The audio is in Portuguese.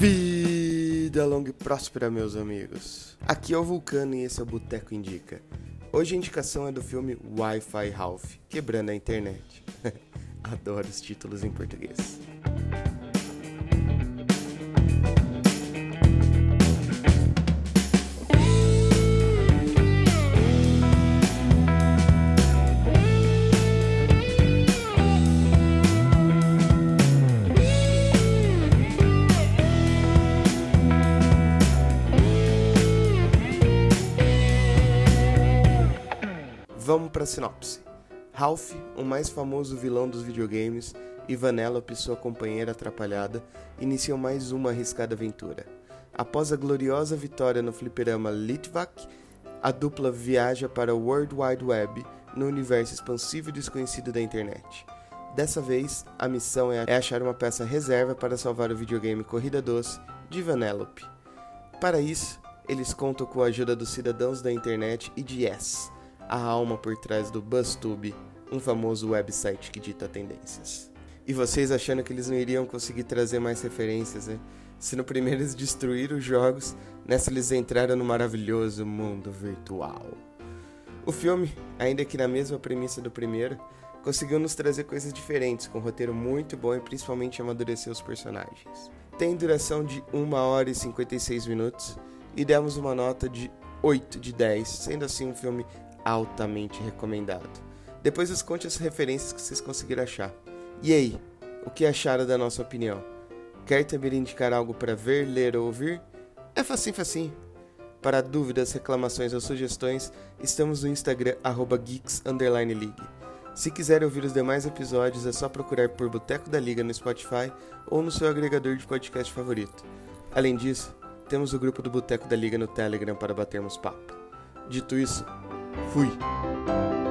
Vida longa e próspera, meus amigos. Aqui é o Vulcano e esse é o Boteco Indica. Hoje a indicação é do filme Wi-Fi Ralph, Quebrando a Internet. Adoro os títulos em português. Vamos para a sinopse. Ralph, o mais famoso vilão dos videogames, e Vanellope, sua companheira atrapalhada, iniciam mais uma arriscada aventura. Após a gloriosa vitória no fliperama Litvak, a dupla viaja para o World Wide Web, no universo expansivo e desconhecido da internet. Dessa vez, a missão é achar uma peça reserva para salvar o videogame Corrida Doce de Vanellope. Para isso, eles contam com a ajuda dos cidadãos da internet e de Yes, a alma por trás do BuzzTube, um famoso website que dita tendências. E vocês achando que eles não iriam conseguir trazer mais referências, né? Se no primeiro eles destruíram os jogos, nessa eles entraram no maravilhoso mundo virtual. O filme, ainda que na mesma premissa do primeiro, conseguiu nos trazer coisas diferentes, com um roteiro muito bom e principalmente amadurecer os personagens. Tem duração de 1 hora e 56 minutos e demos uma nota de 8 de 10, sendo assim um filme altamente recomendado. Depois nos conte as referências que vocês conseguiram achar. E aí, o que acharam da nossa opinião? Quer também indicar algo para ver, ler ou ouvir? É facinho. Para dúvidas, reclamações ou sugestões, estamos no Instagram @geeks_league. Se quiser ouvir os demais episódios, é só procurar por Boteco da Liga no Spotify ou no seu agregador de podcast favorito. Além disso, temos o grupo do Boteco da Liga no Telegram para batermos papo. Dito isso, fui!